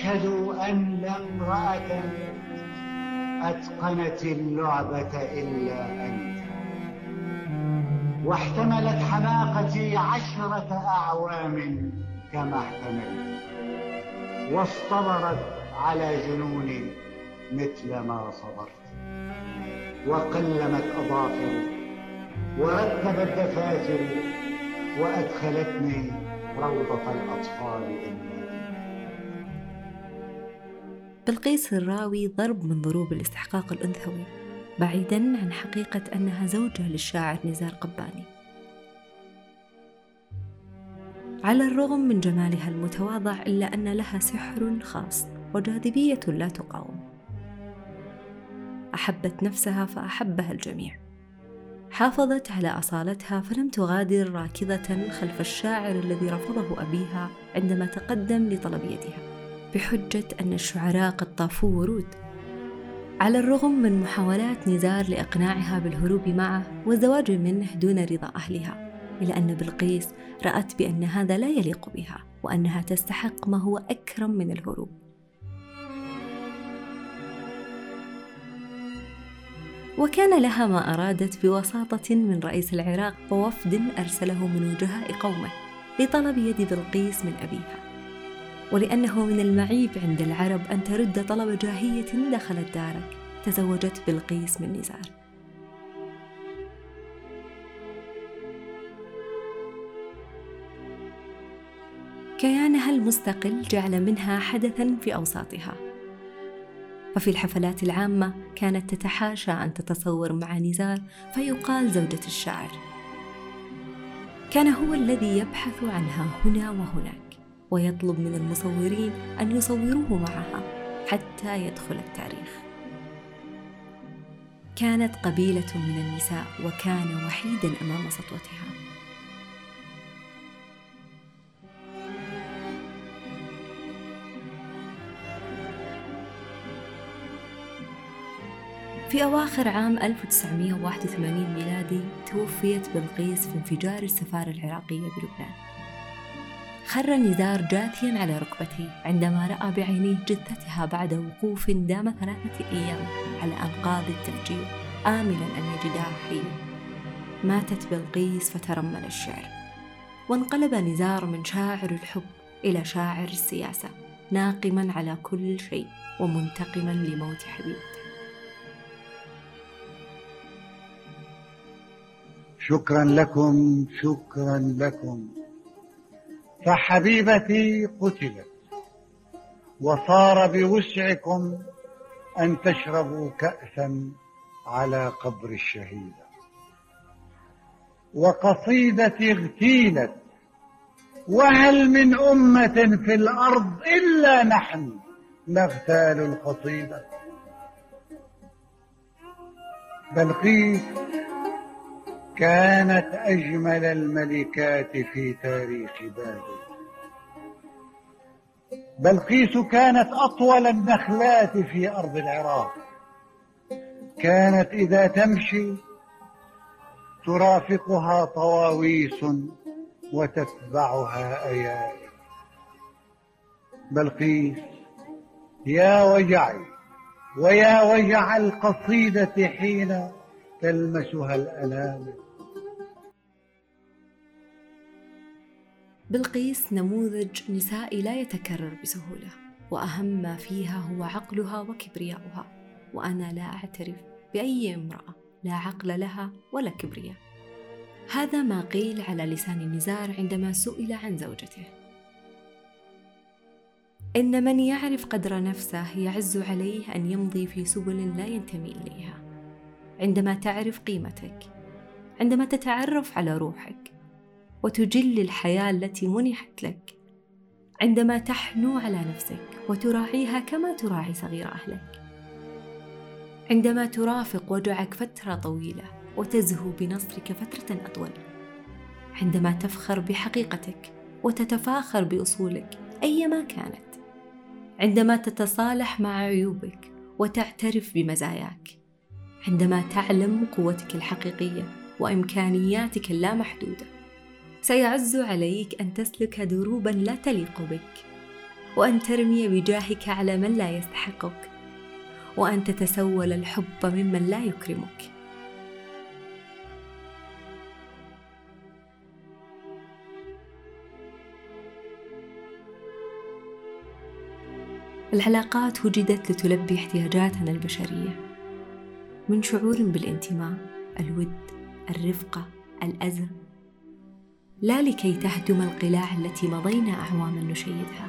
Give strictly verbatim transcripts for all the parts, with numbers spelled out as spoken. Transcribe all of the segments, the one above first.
أشهد أن لا امرأة أتقنت اللعبة إلا أنت، واحتملت حماقتي عشرة أعوام كما احتملت، واصطبرت على جنوني مثل ما صبرت، وقلمت أظافري ورتبت دفاتري وأدخلتني روضة الأطفال إلا. بلقيس الراوي ضرب من ضروب الاستحقاق الأنثوي، بعيداً عن حقيقة أنها زوجة للشاعر نزار قباني. على الرغم من جمالها المتواضع إلا أن لها سحر خاص وجاذبية لا تقاوم. أحبت نفسها فأحبها الجميع، حافظت على أصالتها فلم تغادر راكضة خلف الشاعر الذي رفضه أبيها عندما تقدم لطلب يدها بحجة أن الشعراء قد طافوا ورود. على الرغم من محاولات نزار لإقناعها بالهروب معه والزواج منه دون رضا أهلها، إلا أن بلقيس رأت بأن هذا لا يليق بها وأنها تستحق ما هو أكرم من الهروب. وكان لها ما أرادت بوساطة من رئيس العراق ووفد أرسله من وجهاء قومه لطلب يد بلقيس من أبيها، ولأنه من المعيب عند العرب أن ترد طلب جاهية دخلت دارك، تزوجت بلقيس من نزار. كيانها المستقل جعل منها حدثاً في أوساطها، ففي الحفلات العامة كانت تتحاشى أن تتصور مع نزار فيقال زوجة الشاعر. كان هو الذي يبحث عنها هنا وهناك ويطلب من المصورين أن يصوروه معها حتى يدخل التاريخ. كانت قبيلة من النساء وكان وحيداً أمام سطوتها. في أواخر عام ألف وتسعمائة وواحد وثمانين ميلادي توفيت بلقيس في انفجار السفارة العراقية بلبنان. خر نزار جاثياً على ركبتيه عندما رأى بعينيه جثتها بعد وقوف دام ثلاثة أيام على أنقاض التفجير آملاً أن يجدها حية. ماتت بلقيس فترمل الشعر، وانقلب نزار من شاعر الحب إلى شاعر السياسة، ناقماً على كل شيء ومنتقماً لموت حبيبته. شكرا لكم شكرا لكم، فحبيبتي قتلت، وصار بوسعكم أن تشربوا كأسا على قبر الشهيدة، وقصيدتي اغتيلت، وهل من أمة في الأرض إلا نحن نغتال القصيدة. بلقيس كانت أجمل الملكات في تاريخ بابل. بلقيس كانت أطول النخلات في أرض العراق. كانت إذا تمشي ترافقها طواويس وتتبعها أيائل. بلقيس يا وجعي ويا وجع القصيدة حين تلمسها الأنامل. بلقيس نموذج نسائي لا يتكرر بسهولة، وأهم ما فيها هو عقلها وكبرياؤها، وأنا لا أعترف بأي امرأة لا عقل لها ولا كبرياء. هذا ما قيل على لسان نزار عندما سئل عن زوجته: إن من يعرف قدر نفسه يعز عليه أن يمضي في سبل لا ينتمي إليها. عندما تعرف قيمتك، عندما تتعرف على روحك وتجل الحياة التي منحت لك، عندما تحنو على نفسك وتراعيها كما تراعي صغير أهلك، عندما ترافق وجعك فترة طويلة وتزهو بنصرك فترة أطول، عندما تفخر بحقيقتك وتتفاخر بأصولك أيما كانت، عندما تتصالح مع عيوبك وتعترف بمزاياك، عندما تعلم قوتك الحقيقية وإمكانياتك اللامحدودة، سيعز عليك أن تسلك دروباً لا تليق بك، وأن ترمي بجاهك على من لا يستحقك، وأن تتسول الحب ممن لا يكرمك. العلاقات وجدت لتلبي احتياجاتنا البشرية، من شعور بالانتماء، الود، الرفقة، الأزر، لا لكي تهدم القلاع التي مضينا أعواما نشيدها.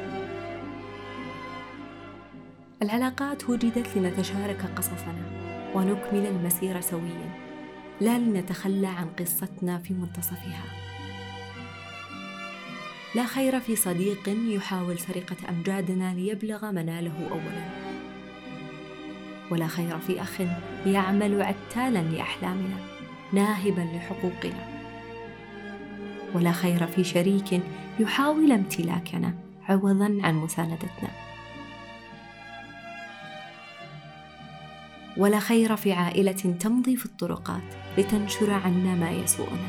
العلاقات وجدت لنتشارك قصصنا ونكمل المسير سويا، لا لنتخلى عن قصتنا في منتصفها. لا خير في صديق يحاول سرقة أمجادنا ليبلغ مناله أولا، ولا خير في أخ يعمل عتالا لأحلامنا ناهبا لحقوقنا، ولا خير في شريك يحاول امتلاكنا عوضا عن مساندتنا، ولا خير في عائلة تمضي في الطرقات لتنشر عنا ما يسوءنا،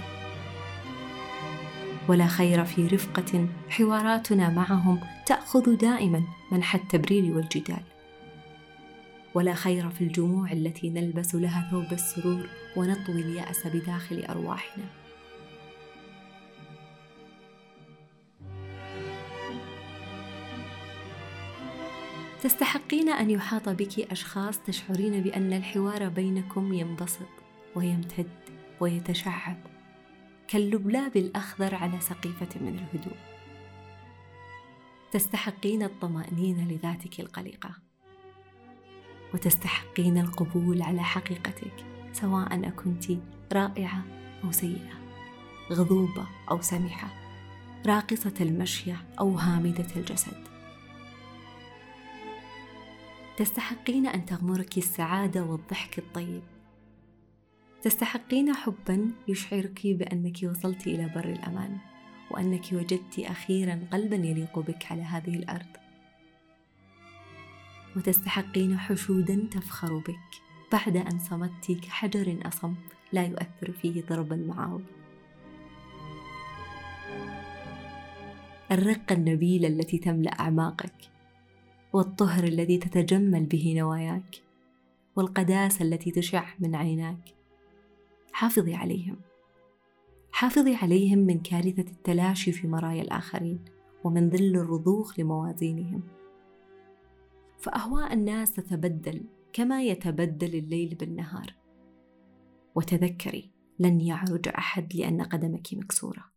ولا خير في رفقة حواراتنا معهم تأخذ دائما منح التبرير والجدال، ولا خير في الجموع التي نلبس لها ثوب السرور ونطوي اليأس بداخل أرواحنا. تستحقين أن يحاط بك أشخاص تشعرين بأن الحوار بينكم ينبسط ويمتد ويتشعب كاللبلاب الأخضر على سقيفة من الهدوء. تستحقين الطمأنينة لذاتك القلقة، وتستحقين القبول على حقيقتك، سواء أكنت رائعة أو سيئة، غضوبة أو سمحة، راقصة المشية أو هامدة الجسد. تستحقين أن تغمرك السعادة والضحك الطيب. تستحقين حباً يشعرك بأنك وصلت إلى بر الأمان، وأنك وجدت أخيراً قلباً يليق بك على هذه الأرض. وتستحقين حشوداً تفخر بك بعد أن صمت كحجر أصم لا يؤثر فيه ضرب المعاول. الرقة النبيلة التي تملأ أعماقك، والطهر الذي تتجمل به نواياك، والقداسة التي تشع من عيناك. حافظي عليهم، حافظي عليهم من كارثة التلاشي في مرايا الآخرين، ومن ذل الرضوخ لموازينهم. فأهواء الناس تتبدل كما يتبدل الليل بالنهار. وتذكري، لن يعرج أحد لأن قدمك مكسورة.